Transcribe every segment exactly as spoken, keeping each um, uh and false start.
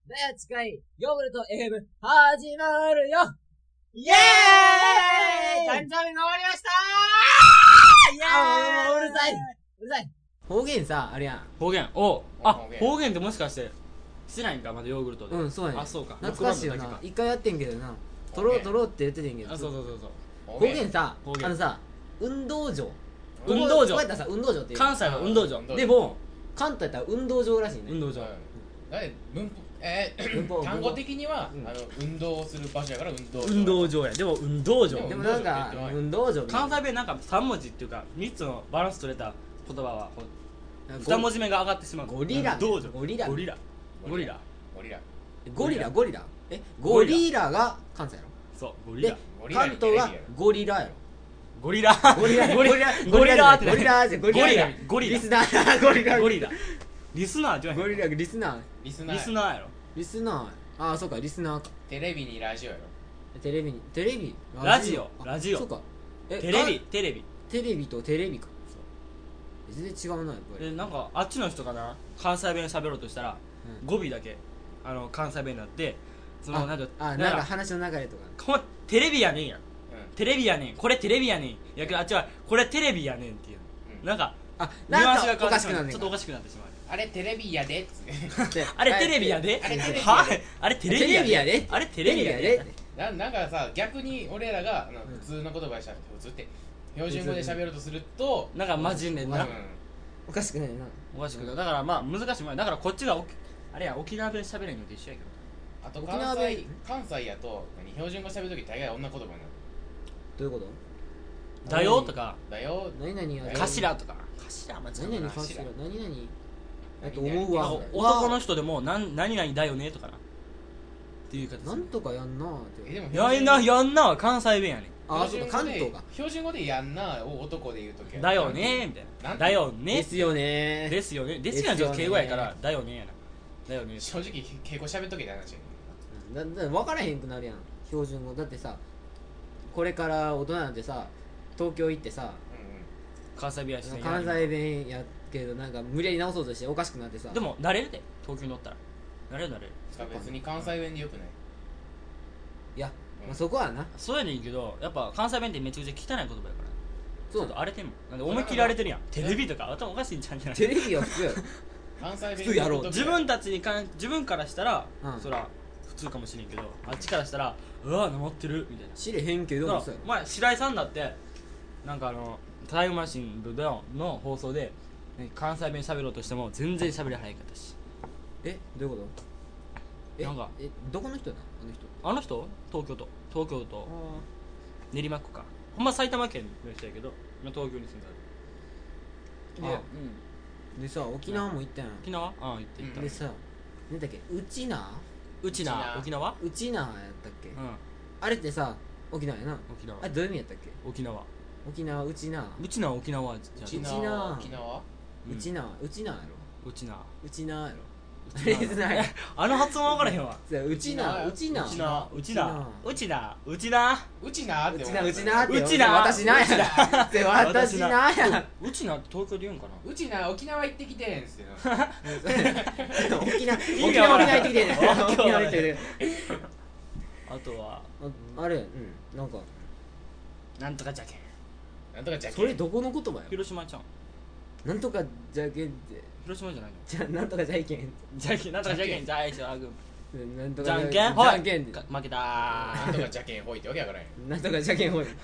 レッツ会ヨーグルト エフエム 始まるよ。 イエーイ誕生日が終わりましたーイエーイうるさいうるさい方言さ、あれやん。 方言、おうあ、 方言方言ってもしかしてしてないんか、まだヨーグルトで。 うん、そうやねん。 あ、そうか。 懐かしいよな。一回やってんけどな、取ろう取ろうって言っててんけど、 あ、そうそうそうそう。 方言さ、 方言あのさ、運動場、 運動場こうやったらさ、運動場って言う。 関西は運動場。 でも関東やったら運動場らしいね。 運動場。 だって文法え文法ー、単語的には、 うんあの運動をする場所やから運動場運動場や。でも運動場。 ででもなんか運動場みたいな関西弁なんかさん文字っていうかみっつのバランス取れた言葉はなんかに文字目が上がってしまう。 ゴリラ運動場。 ゴリラゴリラ。ゴリラ。 ゴリラゴリラゴリラえゴリラが関西やろ。 そう、ゴリでラ。 ゴリラ関東がゴリラやろ。 ゴリラ。 ゴリラゴリラ。 ゴリラってゴリラってゴリラゴリラ。ゴリラリス。ナーゴリラゴリラ。リスナーじゃない。 ゴリラリスナーリスナーリスナーやろ。 リスナーああそうかリスナーか。 テレビにラジオやろテレビにテレビラジオあラジオそうかえテレビかテレビテレビとテレビか。全然違うなやっぱり。 でなんかあっちの人かな関西弁喋ろうとしたらうん語尾だけあの関西弁になってそのなんかあなんか話の流れとかこテレビやねんやうテレビやねんこれテレビやねんやけどあっちはこれテレビやねんっていううんなんかあニュアンスがなんかおかしくなるねんちょっとおかしくなってしまうあれテレビやでっつってであれテレビやであれテレビやではいあれテレビやでテレビやであれテレビやテレビやででななんかさ逆に俺らがあのうん普通の言葉でしゃべ普通って標準語で喋ろうとするとなんか混じんねんなうんおかしくないな。 おかしくないだからまあ難しいもんやだからこっちがおきあれや沖縄弁喋れんのと一緒やけどあと沖縄関弁西関西やと何標準語喋るとき大概女言葉になるどういうことだよとかだよ何々やえ頭とか頭間違何々 えたかしら何々だと何々 思うわ。 男の人でもなん何々だよねとかなっていう形なんとかやんなーって。 えでもやんなやんなは関西弁やねあそうか関東か。 標準語でやんなを男で言うときんだよねみたいななんだよでねすよねー。 ですよねですよねちょっと敬語やからだよねやなだよね正直敬語喋っとけって話やだだ分からへんくなるやん標準語だってさこれから大人なんてさ東京行ってさうんうん関西弁やしね関西弁やけどなんか無理やり直そうとしておかしくなってさでも慣れるで東京に乗ったら慣れる慣れるしかも別に関西弁でよくないいや、まあ、そこはなそうやねんけどやっぱ関西弁ってめちゃくちゃ汚い言葉やからちょっそうと荒れてんもんなんで思いっきり荒れてるやんテレビとか頭おかしいんちゃうんじゃないテレビは普通やろ関西弁普通やろうで自分たちにかん自分からしたら、 うんそら普通かもしれんけどあっちからしたらうわなまってるみたいな知れへんけどだからそうやろ前白井さんだってなんかあのタイムマシン部のの放送で、ね、関西弁喋ろうとしても全然喋り早かったしえどういうことえなんかえどこの人なあの人あの人東京都東京都あ練馬区かほんま埼玉県の人やけど今東京に住んであるあうんでさ沖縄も行ったやん沖縄ああ行って行った、 でさ何だっけうちなうちな沖縄うちなやったっけうんあれってさ沖縄やな沖縄あれどういう意味やったっけ沖縄沖縄うちなうちな沖縄じゃ沖うちな縄沖縄うちなうちなやろうちなうちなやろうリスナーやあの発音分からへんわそううちなうちなうちなうちなうちなうちなうちなってうち思なうちなってうちな私なやで私なやうちなって東京で言うんかなうちな沖縄行ってきてへんっつってな沖縄意沖縄沖味わからん縄行ってきてねわ沖縄行ってきてあとはああれうんなんかなんとかじゃけんなんとかじゃけそれどこの言葉や広島ちゃんなんとかじゃけんって広島じゃないのじゃなんとかじゃいけんじゃけんなんとかじゃけんじゃいしょあぐなんとかじゃんけんじほいゃんけんってか負けたなんとかじゃけんほいってわけやからへんなんとかじゃけんほい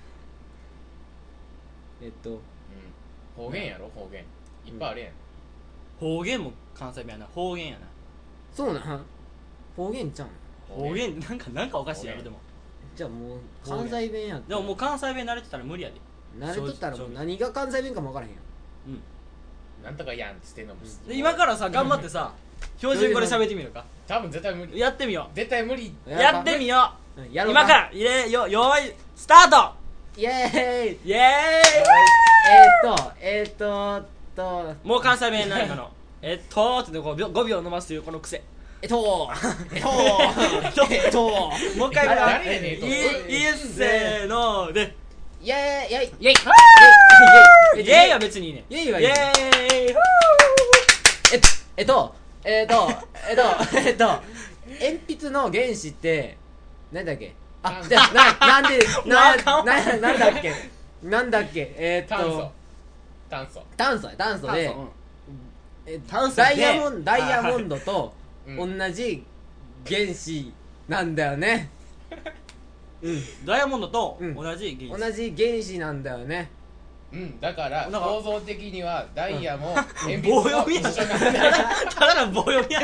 えっとうん方言やろ方言いっぱいあるやん方言も関西弁やな方言やなそうなん方言ちゃうん方言なんかなんかおかしいやろ方言でもじゃあもう関西弁やってでももう関西弁慣れてたら無理やで慣れとったらもう何が関西弁かも分からへんやんうんなんとかやんっつってんのもで今からさ頑張ってさ標準語で喋ってみるか多分絶対無理やってみよ絶対無理うやってみようんうやろうか今から入れよよーいスタートイエーイイエーイえーっとえーっとともう関西弁ない今のえっとってこうごびょう伸ばすというこの癖えっとえっとえっともう一回誰から誰やねんといいっせーのでイエーイイエーイイェイイエーイイェイは別にいいねイエーイはいいイェイえっとえっとえっとえっとえっと鉛筆の原子ってなんだっけあじゃあななんでなななんだっけなんだっけえー、っと炭素炭素炭素で炭素うんえ炭素でダイヤモンダイヤモンドとうん同じ原子なんだよね。うんダイヤモンドとうん同じ原子同じ原子なんだよね。 うんだからなんか構造的にはダイヤも鉛筆も棒読みや一緒なんだただの棒読みや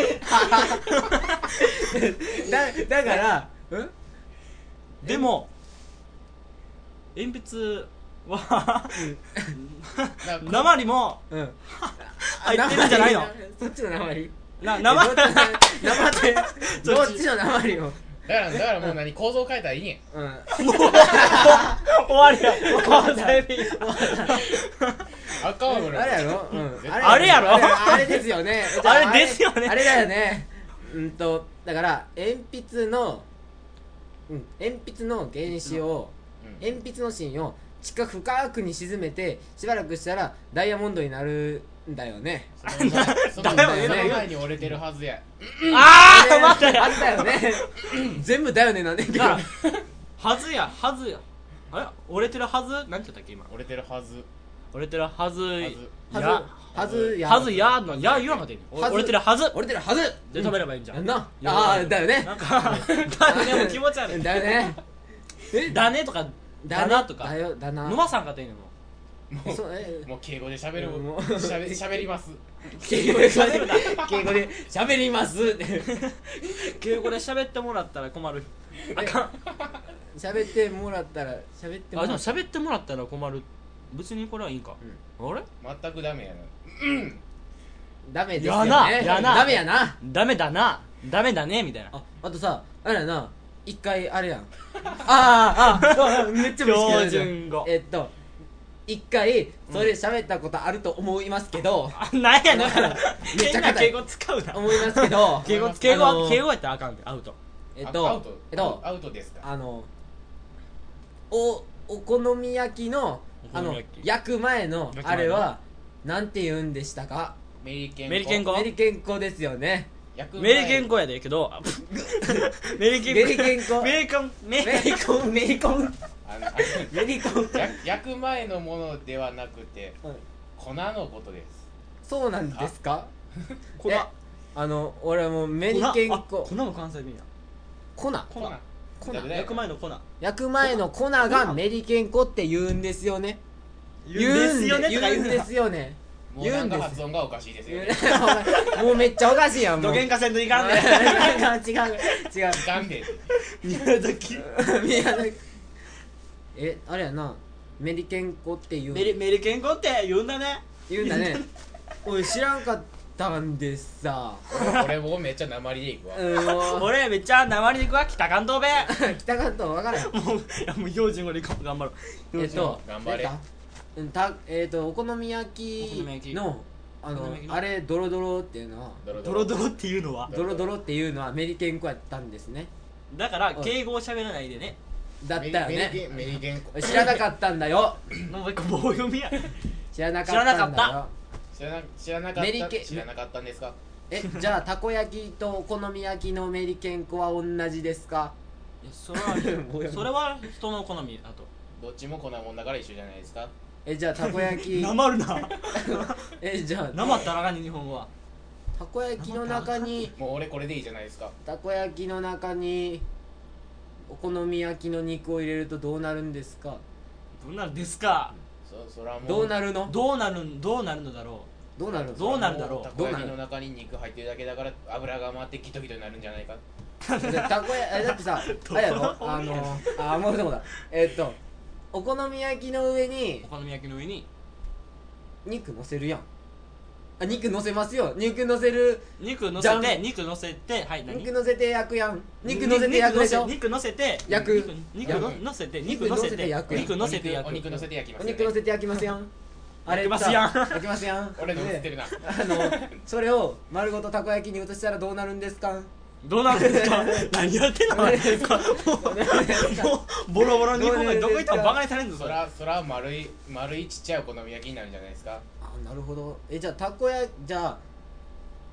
だだからうんでも鉛筆はなんか鉛もうん入ってるんじゃないのそっちの鉛なえ鉛どっち生ってどっちの鉛をだからだからもう何構造変えたらいいねんうん終わりや関西弁あかんわ俺あれやろ、うん、 あれやろあれあれですよねあれですよねあれだよねうんとだから鉛筆のうん鉛筆の原子をうん鉛筆の芯を地下深くに沈めてしばらくしたらダイヤモンドになるんだよね。 その前そのだよね前前に折れてるはずやああ待ってあったよね全部だよねなんでけどだからはずやはずやあれ折れてるはずなんて言ったっけ今折れてるはず折れてるはずはずはずやはずやはずやのや言わんかったよはず折れてるはず折れてるはずで止めればいいんじゃんやんなやああだよねなんかだねもう気持ち悪いだよねえだねとかだなとかだよだな沼さんかっていいのももうそうえもう敬語で喋るもう喋喋ります敬語で喋るな敬語で喋ります敬語で喋ってもらったら困るあかん喋ってもらったら喋ってもあでもらったら喋ってもらったら困る別にこれはいいんか、あれ全くダメやなダメですよやなねやなダメやなダメだなダメだねみたいなああとさあれやな一回あれやんあーあーめっちゃ無意識標なんですよ準語えっと一回それ喋ったことあると思いますけど、 あなんやねんだからめっちゃ硬い変な敬語使うな思いますけど敬語あの敬語あのは敬語やったらあかんでアウトえっアウとトえっとアウトですかあのおお好み焼きのあのお好み焼き焼く前の焼く前のあれはなんて言うんでしたか？ メリケンメリケン粉メリケン粉ですよね。 焼く前メリケン粉やでけどあメリケンメリケン粉メリケンメメリコンメリコンあのあメリコンのや焼く前のものではなくてはい粉のことですそうなんですか？ 粉えあの俺もうメリケン粉あ粉粉も関西弁や粉粉粉だ焼く前の粉焼く前の粉がメリケン粉って言うんですよね。 言うんですよねとか言うんで言うなすよね。 もうなんか言うんです発音がおかしいですよねもうめっちゃおかしいやんもう。 どげんかせんといかんね違う違う違う。 ガンで宮崎宮崎えあれやなメリケン粉って言うメリメリケン粉って言うんだね言うんだね俺知らんかったんでさ俺もめっちゃ鉛でいくわうんもう俺めっちゃ鉛でいくわ北関東弁北関東分からへんもういやもう標準語で頑張ろうえっと頑張れ出たうんたえっとお好み焼お好み焼ききのあのお好み焼きのあれドロドロっていうのはドロドロドロっていうのはドロドロっていうのはメリケン粉やったんですねだから敬語を喋らないでねだったよメリねケンメリケン粉知らなかったんだよもう一個棒読みや知らなかったんだよ知らな知らなかったメリケン知らなかったんですかえじゃあたこ焼きとお好み焼きのメリケン粉は同じですか？ いやそれはそれは人の好みあとどっちも粉もんだから一緒じゃないですかえじゃあたこ焼きなまるなえじゃあなまったらあかんね日本語はたこ焼きの中にもう俺これでいいじゃないですかたこ焼きの中にお好み焼きの肉を入れるとどうなるんですか？ どうなるんですかそそらもうどうなるの？ どうなるんどうなるのだろどうなるの？ どうなるだろうたこ焼きの中に肉入ってるだけだから油が回ってギトギトになるんじゃないかでたこ焼きだってさあれやろあのあもうそうだえっとお好み焼きの上うにお好み焼きの上に肉乗せるやんあ肉乗せますよ肉乗せる肉乗じゃんせて肉乗せてはい何肉乗せて焼くやん肉乗せて焼くでしょ肉乗せて焼く肉肉の乗せて肉肉乗せて焼くやん肉乗せて焼くお肉乗せて焼きますよねお肉乗せて焼きますやんあれ焼きますやんさ焼きますやん俺の映ってるなであのそれを丸ごとたこ焼きに移したらどうなるんですか？ どうなるんですか何やってんのお前もうボロボロ日本がどこ行ってもバカにされんぞそれそらそら丸い丸いちっちゃいお好み焼きになるんじゃないですかあなるほどえじゃあたこ焼きじゃあ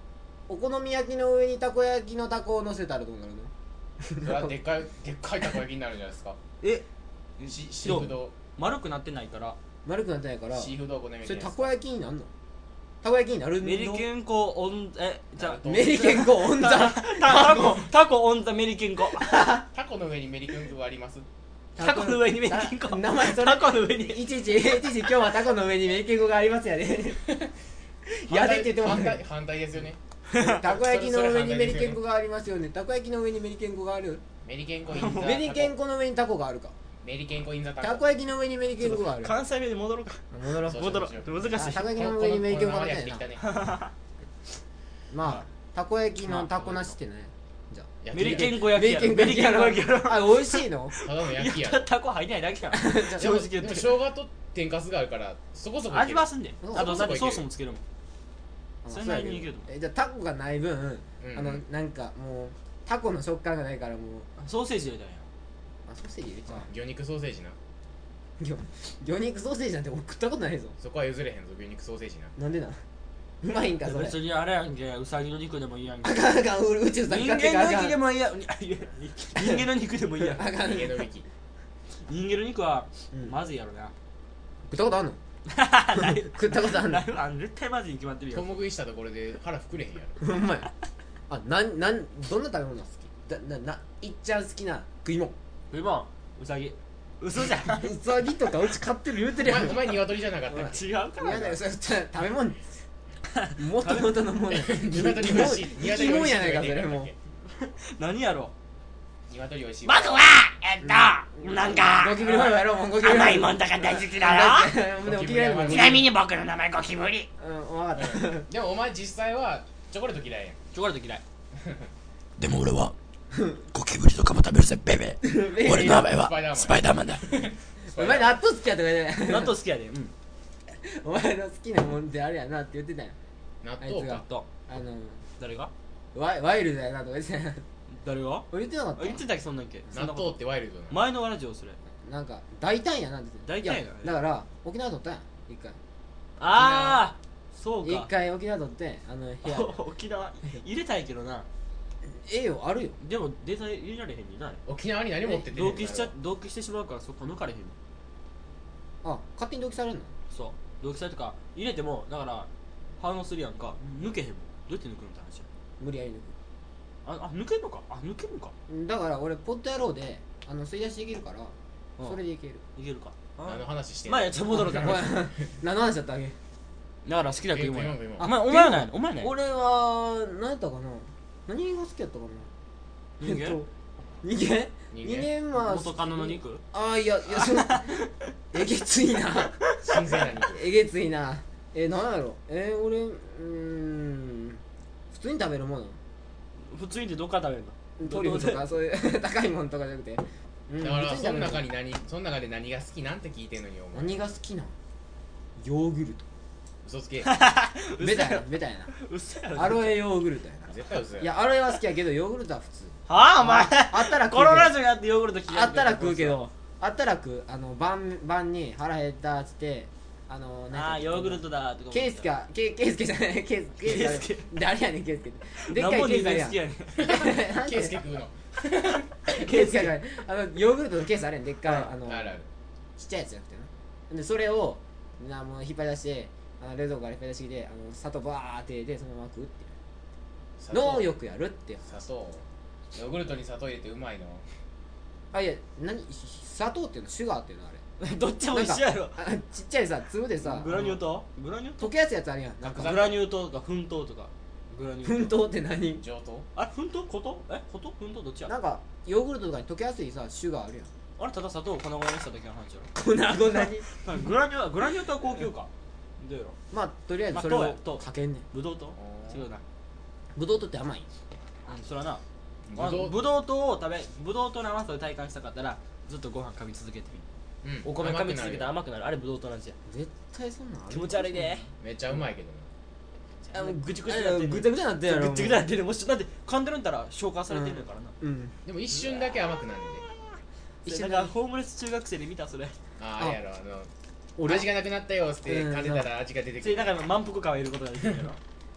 お好み焼きの上にたこ焼きのタコを乗せたらどうなるの？ それはでっかいでっかいたこ焼きになるんじゃないですか。 えシシーフード丸くなってないから丸くなってないからシーフードお好み焼きそれたこ焼きになんの？たこ焼きになるの？ メリケンコオンえじゃあメリケンコオンザタコタコオンザメリケンコタコの上にメリケンコがあります。 タコの上にメリケンコ名前それタコの上にいちいちいちいち今日はタコの上にメリケンコがありますやでやでって言っても反対反対ですよね。 たこ焼きの上にメリケンコがありますよね。たこ焼きの上にメリケンコがある？ メリケンコインザメリケンコの上にタコがあるか？ メリケンコインザタコ。 たこ焼きの上にメリケンコがある。 関西弁で戻ろうか戻ろう。 そう戻ろそうそうう難しいたこ焼きの上にメリケンコがあるやってきたね。 まあたこ焼きのタコなしってね。じゃあメリケンコメ焼きやろリケンコ焼きやろ。 メリケンコ焼きやろあ、美味しいの？ ただの焼きやいやタコ入ってないだけやんじゃあ正直言ってでも生姜と天かすがあるからそこそこいける。 味はすんでそうあとだってソースもつけるもんあそれなりにいけると思うえじゃあタコがない分、 うんあのなんかもうタコの食感がないからもうソーセージ入れたんやあソーセージ入れちゃう。 魚肉ソーセージな。 魚魚肉ソーセージなんて俺食ったことないぞ。 そこは譲れへんぞ魚肉ソーセージな。 なんでな？うまいんかそれ。 別にあれやんけウサギの肉でもいいやんけあかんあかんう宇宙さん人買ってか間のあかん。 肉でもいいや人間の肉でもいいやんあかん。 家のウィキ。 人間の肉はうんまずいやろな食ったことあんの？ ない食ったことあんの？ あん絶対まずいに決まってるよ共食いしたところで腹膨れへんやろ。 ほんまや。あ、なんなんどんな食べ物が好き？だなないっちゃん好きな食い物。 食いもんウサギ嘘じゃんうさぎとかうち飼ってる言うてるやん。 お前お前鶏じゃなかったっけ。 違うからいやだよそれ食べ物。もともとのもの。 鶏美味しい。 生き物やないかそれも。 何やろ鶏美味しい。 僕は、えっと、なんか、 ゴキブリファイブやろうもうゴキブリファイブ。 甘いもんとか大好きだろ。 でも嫌いなもん。 ちなみに僕の名前ゴキブリ。 うん分かった。 でもお前実際はチョコレート嫌いやん。 チョコレート嫌いでも俺は、ゴキブリとかも食べるぜ、ベベ。俺の名前は、スパイダーマンだ。 お前納豆好きやとか言ってたよ。 納豆好きやでうんお前の好きなもんってあれやなって言ってたよ。 納あいつが豆か。 とあの誰がワイワイルドやなとか言ってたよ。 誰が俺言ってなかった？ 言ってたっけそんなんけそんなこと納豆ってワイルドな。 前のラジオそれなんか大胆やなって言ってた。 大胆やないだから沖縄取ったやん一回。 ああそう一か回沖縄取ってあの部屋で沖縄入れたいけどなええよあるよ。 でもデータ入れられへんねんな沖縄に何持ってってんねん同期しちゃ同期してしまうからそこ抜かれへんのあ勝手に同期されるの？ そう同期されとか入れてもだから反応するやんか抜けへんもんどうやって抜くのって話や無理やり抜ああ抜けんのかあ抜けんのかく。だから俺ポッド野郎であの吸い出しできるからうんそれでいける。 いけるか何の話してんまあやっちゃ戻ろうかこれ何の話だったっけ？ だから好きな食い物や食い物お前お前はないのお前はない俺は何やったかな何が好きやったかな人間えっと人間人間人間は元カノの肉ああいやいやそのえげついな新鮮な肉。 えげついなえなんやろえ俺うーん普通に食べるもの普通にってどっから食べるのトリュフとかそういう高いものとかじゃなくて、うんだから普通に食べるその中に何その中で何が好きなんて聞いてんのにお前。 何が好きなヨーグルト嘘つけ。 ベタやなベタやうっせやろなアロエヨーグルトや絶対嘘や。 ないやアロエは好きやけどヨーグルトは普通はあお前あったら食うこのラけジオやってヨーグルト嫌いどあったら食うけどあったら食うあの晩晩に腹減ったっつってあのああヨーグルトだとかケイスケはケイケイスケじゃないケイスケケイスケ誰やねんケイスケってでっか何もいケイスあるやん人間好きやねんなんてケイスケ食うの。 ケースがあのヨーグルトのケースあれんでっかいあのあるある。 ちっちゃいやつじゃなくてなでそれをなもう引っ張り出してあの冷蔵庫から引っ張り出してきてあの砂糖バーって入れてそのまま食うっていうのをよくやるっていう砂糖。ヨーグルトに砂糖入れてうまいの。 あいや何砂糖っていうのシュガーっていうのあれどっちも一緒やろあちっちゃいさ粒でさグラニュー糖グラニュー糖溶けやすいやつあるやんなんかグラニュー糖とか粉糖とかグラニュー糖粉糖って何上糖。 あれ粉糖粉糖え粉糖粉糖どっちやなんかヨーグルトとかに溶けやすいさシュガーあるやんあれただ砂糖を粉々にした時の話やこんなこんなにろグラニューグラニュー糖は高級かどうやろまあとりあえずそれをまあ糖や糖かけんねんブドウ糖違うなぶどうとって甘いうんそらなぶどうブドウ糖を食べブドウ糖の甘さを体感したかったらずっとご飯噛み続けてみうんお米噛み続けたら甘甘くなるあれブドウ糖なんじゃ絶対そんなんある気持ち悪いでめっちゃうまいけどな。 あもうぐちぐちになってんねんぐちゃぐちゃなってんやろぐっちぐちゃなってるもしだって噛んでるんだら消化されてんねんからなうんでも一瞬だけ甘くなるんで。 一緒なんかホームレス中学生で見たそれあああれやろあの俺味がなくなったよっつってうん噛んでたら味が出てくる。 それなんか満腹感を得ることができるやろ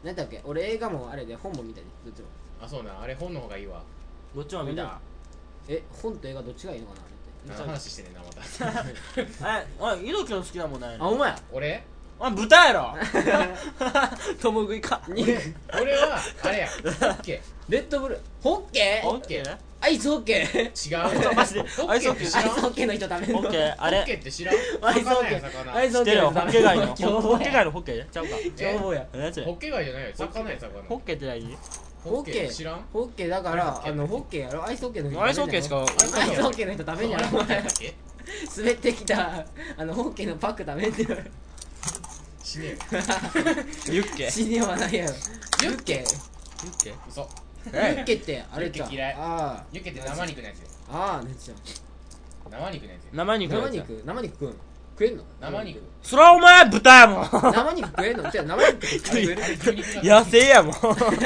何だっけ俺映画もあれで本も見たりどっちもあそうなあれ本の方がいいわどっちも見たえ本と映画どっちがいいのかなあれって何の話してんねんなまたえおい猪木の好きなもんないのあお前俺お前豚やろ共食いか肉俺はあれやホッケレッドブルホッケーオッケーアイスホッケー違うマジでホッケーって知アイらんスホッケーの人食べるのオッケーあホッケれーって知らんアイスホッケ魚や魚ーアイスホッケ知ってるよホーの人ッケ貝のホ凶暴やッケ貝のホッケちゃうか凶暴や何やつホッケ貝じゃないよ魚や魚ホッケって何ホッケー知らんホッケーだからあのホッケーやろアイスホッケーの人アイスホッケーしかアイスホッケーの人食べんじゃろホッケーだっけ滑ってきたあのホッケーのパック食べんじゃろ死ねよユッケ死にはないやろユッケユッケ嘘ユッケってあれじゃんユッケ嫌いあユッケって生肉のやつよあああねちゃん生肉のやつよ生肉のやつ生肉生肉食うん食えんの生肉そらお前豚やもん生肉食えんのじゃあ生肉食えるあれ牛肉なんだ野生やもん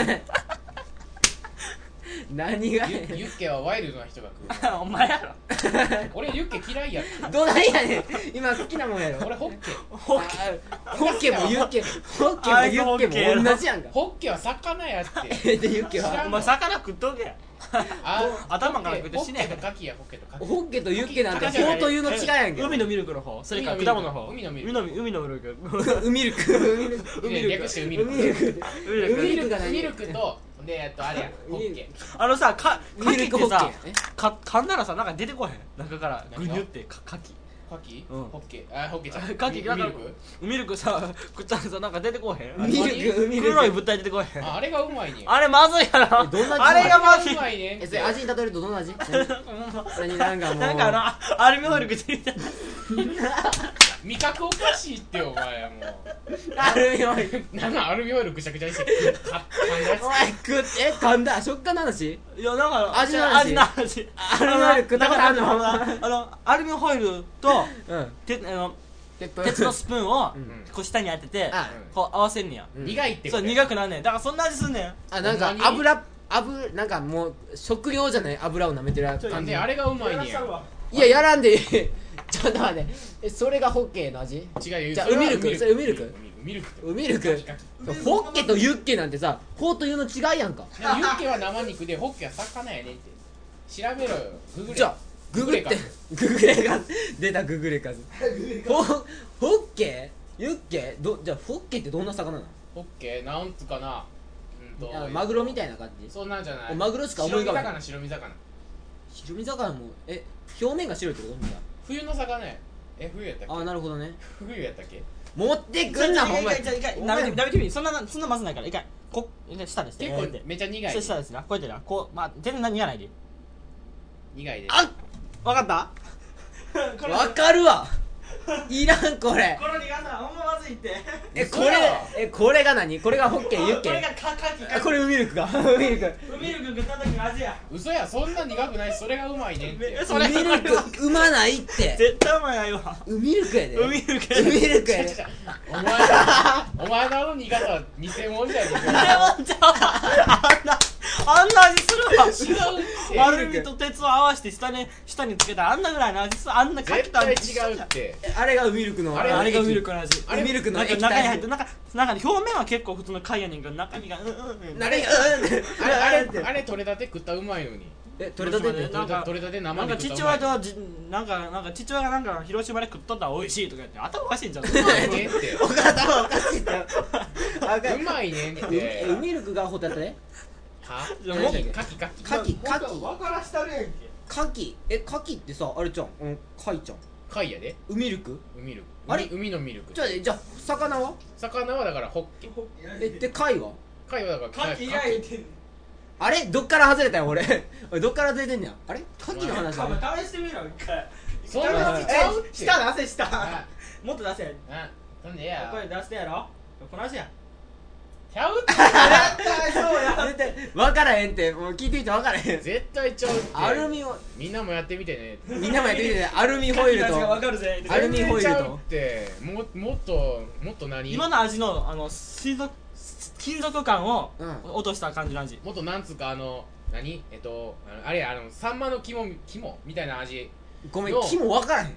何がユユッケはワイルドな人が食うお前やろ俺ユッケ嫌いやってどないやねん今好きなもんやろ俺ホッケホッケホッケもユッケホッケもユッケも同じやんかホッケは魚やってえでユッケ知らはお前魚食っとけあ頭から食って死ねホッケとカキやホッケとカキホッケとユッケなんてカキほうというの違いやんけ海のミルクの方それから果物の方海のミルク海の海のミルク海ルク海ルク海ミルク略して海ミルク海ルク海のミルク海ルクが何ミルクとでえっとあれやホッケあのさかカキっミルクホてさッケえか噛んだらさなんか出てこへん中からグニュってかカキカキうんホッケあホッケちゃんカキがミミルクミルクさ食ったらさなんか出てこへんミルク海ルク黒い物体出てこへんああれがうまいねんあれまずいやろえどんな味あれがまずいうまいねんえそれ味に例えるとどんな味何なんかもうなんかあのアルミホイルついてる味覚おかしいってお前もアルミホイルうなんなんアルミホイルぐしゃぐしゃにしてか噛んだやつお前食っえ噛んだ食感の話いやなんか味の話味の話アルミホイル食ったことあんのあのあのアルミホイルとうんてあの鉄粉鉄のスプーンをうんこう下に当ててあこう合わせんねやうん苦いってそう苦くなんねんだからそんな味すんねんあなんかほんまに油油なんかもう食用じゃない油を舐めてるなん感じであれがうまいねんやらしたるわいややらんでいいちょっと待ってえそれがホッケーの味違うよじゃあそれは海ミルクそれ海ミルクミルクって海ルクカキカキホッケとユッケなんてさホーとユの違いやんかでもユッケは生肉でホッケは魚やねんって調べろよググれじゃあググってググレカ出たググレカズホホッケーユッケどじゃあホッケってどんな魚なのホッケなんつうかなうんとあマグロみたいな感じそんなんじゃないマグロしか思い浮かばない白身魚白身魚白身魚もえ表面が白いってことみんな冬の魚やえ冬やったっあなるほどねけ冬やったっけ持ってくんなほんまに一回一回一回舐めて舐めてみそんなそんなまずないから一回こ一回下です結構めっちゃ苦いそう下ですなこうやってなこうまあ全然何がないで苦いであわかったわかるわいらんこれこの苦さほんままずいってえこれえこれが何これがホッケーユッケこれがカカキあこれ海ミルクか海ミルク海ミルク食った時の味や嘘やそんな苦くないしそれがうまいねんってえそれ海ミルクうまないって絶対うまいないわ海ミルクやで海ミルク海ミルクやでお前お前のあの苦さは偽物じゃねえレモンちゃうあんなあんな味するわか違うってアルミと鉄を合わせて下に下につけたらあんなぐらいの味するあんなカキ絶と対味違うってあれが海ミルクのあれあれが海ミルクの味あれ海ミルクのなんか液中に入っ体てなんかなんか表面は結構普通の貝やねんけど中身がうんうんうん何がうんってあれああれってれあれ取れたて食ったらうまいのにえ取れたてってなんか取れたて生なんかで食ったらうまい父親とじなんかなんか父親がなんか広島で食っとったら美味しいとか言って頭おかしいんじゃんうまいねんってお頭おかしいってあかんうまいねんっ海て海ミルクがホタテねはじゃあもうカキカキカキカキ分からしたるやんけカキえカキってさあれちゃんうん貝ちゃん貝やで海ミルク海ミルクあれ海海のミルクじゃあじゃあ魚は魚はだからホッケえで貝は貝はだからカキが言ってんあれどっから外れたよ俺俺どっから外れてんねやあれカキの話だね試してみろ一回そんな味ちゃうって下出せ下あもっと出せあそんでええやこれ出してやろこの足やちゃうってそうや絶対分からへんってもう聞いてみて分からへん絶対ちゃうってアルミをみんなもやってみてねみんなもやってみてねアルミホイルと分かるぜアルミホイルと全然ちゃうってももっともっと何今の味のあの金属金属感をうん落とした感じの味もっとなんつうかあの何えっとあのあれやあのサンマの肝肝みたいな味ごめんの木も分からへん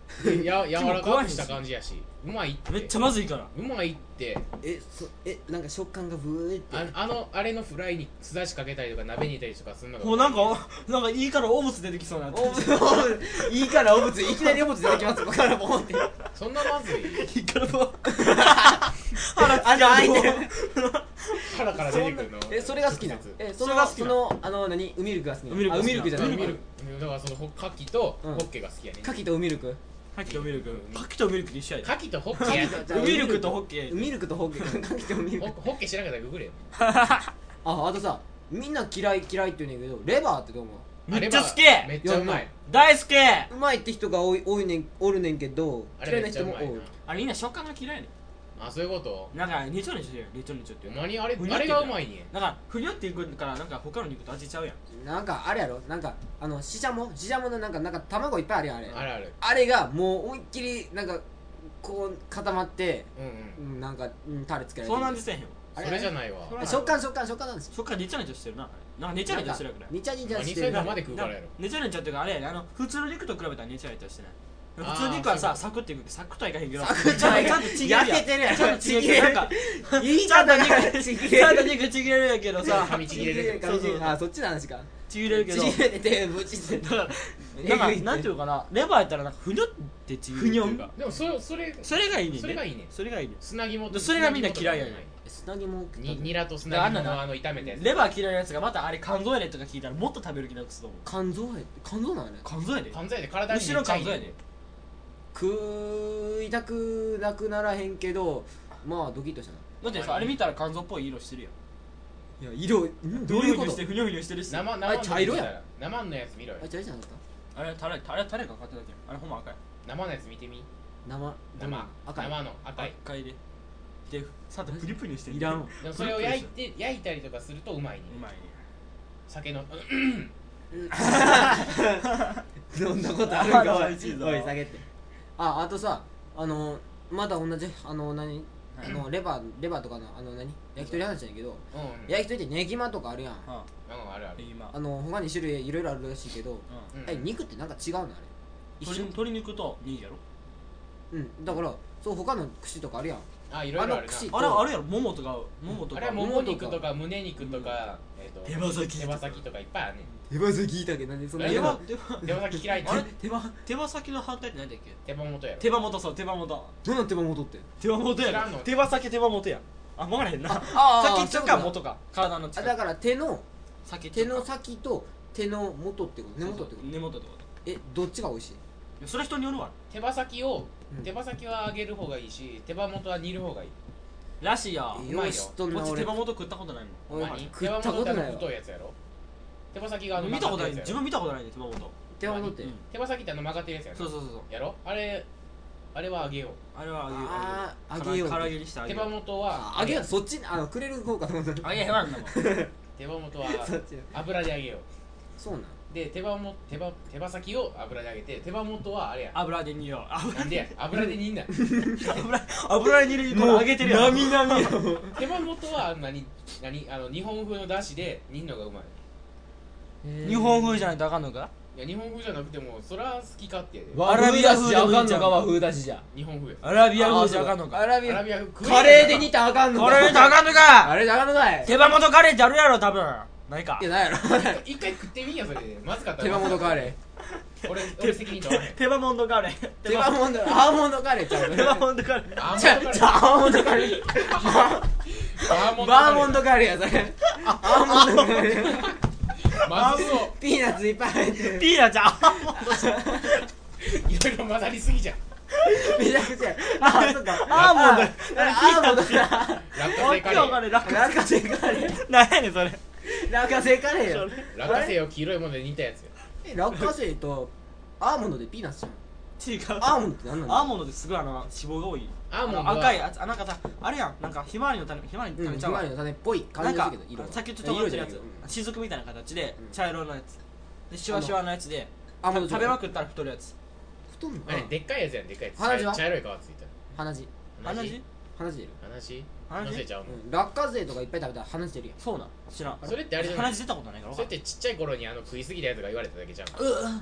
や柔らかくした感じやしうまいってめっちゃまずいからうまいってえそえなんか食感がブーってああのあれのフライにすだちかけたりとか鍋に入れたりとかするのがもうなんかなんかいいからお物出てきそうになっておいいからお物いきなりお物出てきますここからボンってそんなまずいいいからもうあの開いてる腹から出てくるのえそれが好きなのえそのそれが好きなそのあの何ウミルクが好きなのウミルクあウミルクじゃないウミルウミルだからそのほカキとうんホッケが好きやねカキとウミルクカキとミルクカキとミルクで一緒やでカキとホッケやじゃあミルクとホッケウミルクとホッケカキとウミルクホホッケ知らんかったらググれよああとさみんな嫌い嫌いって言うねんけどレバーってどう思うめっちゃ好きめっちゃうまい大好きうまいって人が多い多いねんおるねんけどあ嫌いなれめっちゃうまい人も多いあれみんな食感が嫌いやねあそういうことんなんかねちょねちょしてるねちょねちょっていうお前にあれふにゃってあれがうまいねなんかふにゃっていくからなんか他の肉と味ちゃうやんなんかあれやろなんかあのししゃもししゃものなんかなんか卵いっぱいあるやんあれあるあるあれがもう思いっきりなんかこう固まってうんうんうんなんかうんタレつけられてそうなんですよあれそれじゃないわそれ食感食感食感なんですよ食感ねちゃねちゃしてるななんかねちゃねちゃしてるやくらいにちゃにちゃ何してるそれ生で食うからやろねちゃねちゃっていうかあれやねあの普通の肉と比べたらねちゃねちゃしてないあー普通の肉はさそういうことサクっていくけどサクッとはいかへんけどサクッとはいかへんちゃんとちぎれるやん焼けてるやんちゃんとちぎれちぎれるるなんか言いちゃんと方が肉ちぎちゃんとれる肉ちぎれるやけどさ髪ちぎれるそうそうあそっちの話かちぎれるけどちぎれててぶちってだからなんかなんていうかなレバーやったらなんかふにょってちぎれるっていうかでもそれそれそれがいいねんそれがいいねそれがいいねん砂肝とそれがみんな嫌いやねん砂肝にニラと砂肝のあの炒めたやつレバー嫌いなやつがまたあれ肝臓やねとか聞いたらもっと食べる気なくすと思う肝臓や肝臓なんやね肝臓やで肝臓やで体にめっち後ろゃいい肝臓やで食いたくなくならへんけどまあドキッとしたなだってさあれ見たら肝臓っぽい色してるやんいや色んどういうことしてふにょふにょしてるし生あ生の茶色や生のやつ見ろよあ茶色じゃなかったあれタレタレタレがかかってただけあれほんま赤い生のやつ見てみ生生赤い生の赤い赤いででさてプリプリしてるいらんでもそれを焼いて焼いたりとかするとうまいねうまいね酒の飲んだことあるかおいおい美味しいぞ下げてああとさあのまだ同じあの何はいあのレバーレバーとかのあの何焼き鳥話やけどうん焼き鳥ってネギマとかあるやんあうんあるある今あの他に種類いろいろあるらしいけどううんえ肉ってなんか違うのあれ一緒鶏鶏肉とネギやろうんだからそう他の串とかあるやんあいろいろあるあの串なあれあれやろももとかももとかあれはもも肉とか胸肉とかえっと手羽先手羽先とかいっぱいあるね手羽先聞いたけどなんでそんな手羽手羽手羽手羽先嫌いってあれ手羽手羽先の反対って何だっけ手羽元やろ手羽元そう手羽元どうなん手羽元って手羽元や知らんのろ手羽先手羽元やあ分からへんなあ先っちょか元か体のあ近くだから手の先っちょか手の先と手の元ってこと根元ってこと根元ってことえどっちが美味しいいやそれ人によるわ手羽先をうん手羽先は揚げる方がいいし手羽元は煮る方がいいらしいやうまいよよしとんなこっち俺手羽元食ったことないもん俺何食ったことないわ手羽元ってあの太いやつやろ手羽先があの見たことない曲がってるやつやろ自分見たことないね手羽元手羽元ってうん手羽先ってあの曲がってるやつやろそうそうそうそうやろあれあれは揚げようあれは揚げあー揚げ揚げよう唐揚げにして揚げ手よう羽元はあ揚げようそっちあのくれる方かと思った揚げへんわんだもん手羽元はそっち油で揚げようそうなんで手羽も手羽手羽先を油で揚げて手羽元はあれや油で煮よう油なんでや油で煮んな油油に入れるこれ揚げてるやんなみなみや手羽元は何何あの日本風の出汁で煮んのがうまい日本風じゃないとあかんのかいや日本風じゃなくてもそれは好き勝手やで和風だしあかんのか和風だしじゃ日本風やアラビア風じゃあかんのかアラビアアラビア風カレーで煮たらあかんのこれ見たらあかんのかあれじゃあかんのかい手羽元カレーってあるやろ多分ないかいやなんやろ一回食ってみんやそれでまずかった手羽元カレ俺俺責任取らへん手羽元カレーー手羽元アーモンドカレーちゃう手羽元カレーアーモンドカレーじゃあじゃあアーモンドカレーアーモンドバーモンドカレーやそれアーモンドカレーまずそうピーナッツいっぱい入ってるピーナッツあいろいろ混ざりすぎじゃんめちゃくちゃあそっかアーモンドあアーモンドカレー落花生カレーレー落落花生カレーなんやねんそれ落花生カレーよ落花生を黄色いもので煮たやつよえ落花生とアーモンドでピーナッツじゃん違うアーモンドって何なのアーモンドってすごいあの脂肪が多いアーモンドは赤いやつあなんかさあれやんなんかひまわりの種ひまわりのうんひまわ種ちゃうわりの種っぽいなんか感じだけど色はさっきちょっと分かってるやつ色じゃないけど雫みたいな形でうん茶色のやつでシワシワのやつでアーモンド食べまくったら太るやつ太んのあれでっかいやつやんでっかいやつ鼻血は茶色い皮ついた鼻血鼻血鼻血出る鼻血鼻血のせちゃうのうん落花生とかいっぱい食べたら鼻血出るやんそうなん知らんそれってあれじゃない鼻血出たことないからそれってちっちゃい頃にあの食いすぎたやつが言われただけじゃんうわみたい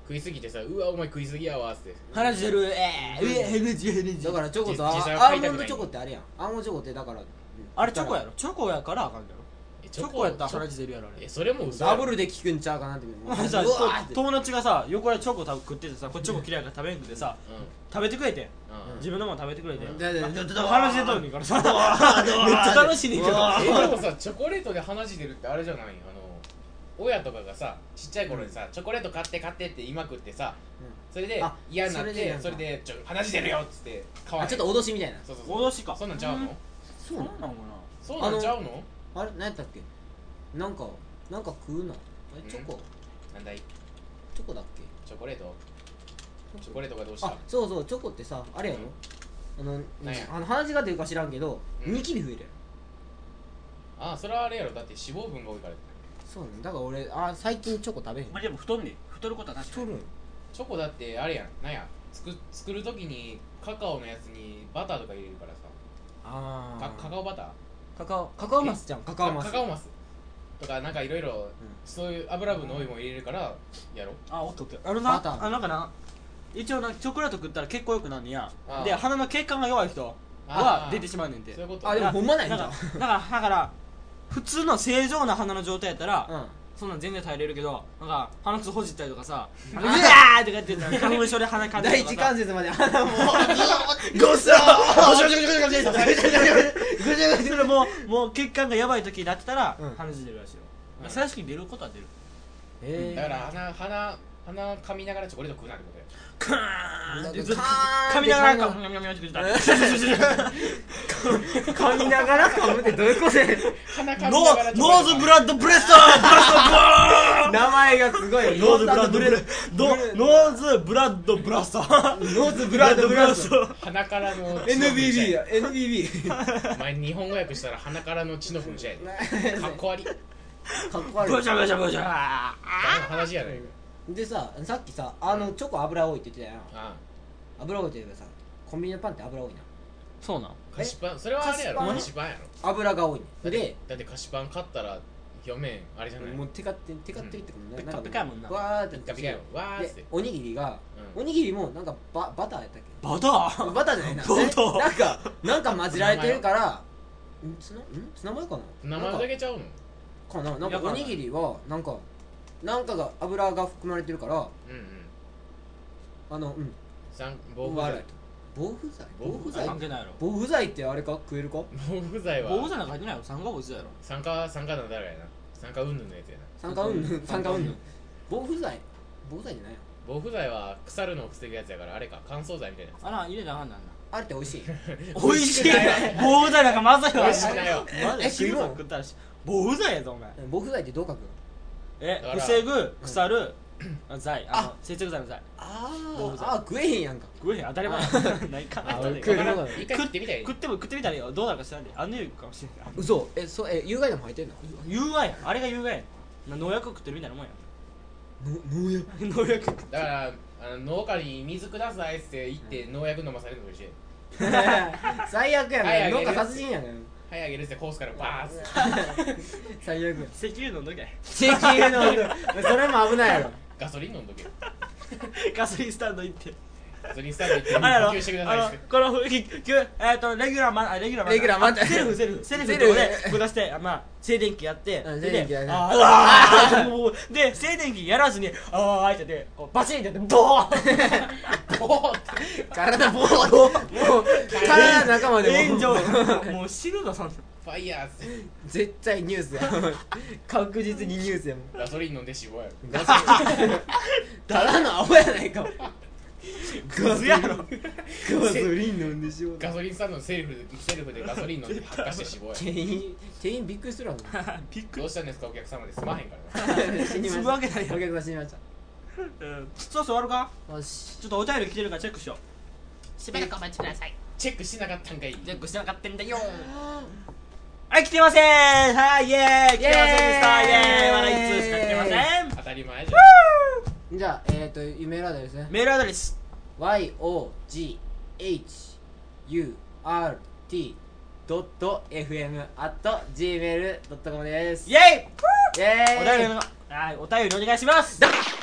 食いすぎてさ、うわお前食いすぎやわっつって鼻血出るえー、えー、鼻血鼻血だからチョコとア実際はア買いたくないーモンドチョコってあれやんアーモンドチョコってだからあれチョコやろチョコやからあかんやろえチョコやったら鼻血出るやろあれえそれも嘘ダブルで効くんちゃうかなってお前さうわーって友達がさ横でチョコ食っててさこれチョコ嫌いから食べんくてさ食べてくれてんうん自分のもん食べてくれてんうんだだだだだ鼻血出とんねんからさめっちゃ楽しいねんけどえでもさチョコレートで鼻血出るってあれじゃないあの親とかがさちっちゃい頃にさ、チョコレート買って買ってって今食ってさそれであ嫌になっそれでなんかてそれでちょ鼻血出るよっつって買わへんあちょっと脅しみたいなそうそうそう脅しかそんなんちゃうのそうなのそうなのかそうなんちゃうのあれ何やったっけなんかなんか食うのあれチョコなんだいチョコだっけチョコレートチョコレートがどうしたあそうそうチョコってさあれやろあのなんやあの鼻血が出るか知らんけどうんニキビ増えるやろあそれはあれやろだって脂肪分が多いからそうなんだから俺あ最近チョコ食べへんなまあでも太んねん太ることは確かに太るんチョコだってあれやんなんや作作るときにカカオのやつにバターとか入れるからさあかカカオバターカカオカカオマスじゃんカカオマスカカオマスとかなんかいろいろそういう油分の多いもん入れるからやろあおっとっとあのなバターあのなんかな一応なチョコレート食ったら結構よくなんねやああで鼻の血管が弱い人ああは出てしまうねんてそういうことあでもほんまないんじゃんだからだからだから普通の正常な鼻の状態やったらうんそんなん全然耐えれるけどなんか鼻くそほじったりとかさ「うわー!」とかやってたら花粉症で鼻かんで第一関節まで鼻もうゴスゴシゴシゴシゴシゴシゴシゴシゴシそれもうもう血管がやばい時になってたらうん鼻血出るらしいようん最初に出ることは出るえーだから鼻鼻鼻噛みながらチョコレート食うなってことやカーンってずっとカーンって噛みながらかみゃみゃみゃって言って噛みながら噛むってどういうことやねん鼻噛みノながらチョコレートノーズブラッドブレストブレストブ名前がすごいノーズブラッドブレドノーズブラッドブラストノノーズブラッドブラスト鼻からのエヌビービー や エヌビービーお前日本語訳したら鼻からの血の噴射やでかっこ悪いかっこ悪いブシャブシャブシャ誰の話やないかでささっきさあのチョコ油多いって言ってたやんあ油多いって言うかさコンビニのパンって油多いなそうなんあ菓子パンそれはあれやろ菓子パン菓子パンやろ油が多いねでだって菓子パン買ったら表面あれじゃないもうテカってテカってるってことピッカピカやもんなわーってピッカピカよわーっつってでおにぎりがうんおにぎりもなんかババターやったっけバターバターじゃないなバターえなんかなんか混ぜられてるからんツナんツナマヨかな名前だけちゃうのかななんいやかおにぎりはなんかなんかが油が含まれてるからうんうんあのうん三防腐剤悪い防腐剤防腐剤関係ないやろ防腐剤ってあれか食えるか防腐剤は防腐剤なんか書いてないやろ酸化防腐剤やろ酸化酸化なんだろやな酸化云々のやつやな酸化うんぬん酸化うんぬん防腐剤防腐剤じゃないよ防腐剤は腐るのを防ぐやつやからあれか乾燥剤みたいなやつあら入れなあかんなんだあれって美味しい美味しい防腐剤なんかまずいわ美味しくないよマジで死ぬぞ食ったらし防腐剤やぞお前防腐剤ってどう書くのえだから防ぐ腐る剤あの接着剤の剤あ防腐剤ーあー食えへんやんか食えへん当たり前ないかあない食えるのか一回食ってみたい食っても食ってみたらいいよどうなるか知らんであんねるかもしれない嘘えそうえ有害でも入ってんの有害やんあれが有害やん農薬食ってるみたいなもんや農薬ん農薬食ってだからあの農家に水くださいって言って農薬飲まされるのと一緒や最悪やはいあげるん農家殺人やんはいあげるってコースからバーッて最悪や石油飲んどけ石油のそれも危ないやろガソリン飲んどけガソリンスタンド行ってガソリンスタンド行ってあれやろ補給してくだあのさいってこのふききゅえっとレギュラーまあレギュラーまレギュラーまたセルフセルフセルフセルフのとこでこう出してあまあ静電気やってうんで静電気やねあーうわーもうで静電気やらずにあーあいっててこうバチンってやってボーンボーって体ボーもう体の中までも炎う上もう死ぬぞそんなファイヤーって絶対ニュースや確実にニュースやもんガソリン飲んで死亡やろガソリンただのアホやないかガズやろガソリン飲んでしまうガソリンスタンドのセルフでセルフでガソリン飲んで発火して死亡やろ店員店員びっくりするわもびっくりどうしたんですかお客様で済まへんからなう死にましたするわけないやんお客さん死にましたうんそろそろ終わるかよしちょっとお便り来てるからチェックしようしばらくお待ちくださいチェックしなかったんかいチェックしてなかったんだよはい来てませんはいイエーイ来てませんでしたイエーイまだいつつしか来てません当たり前じじゃあえっとメールアドレスねメールアドレスワイオージーエイチユーアールティードットエフエムアットジーメールドットコムですイエーイイエーイお便りのはいお便りお願いします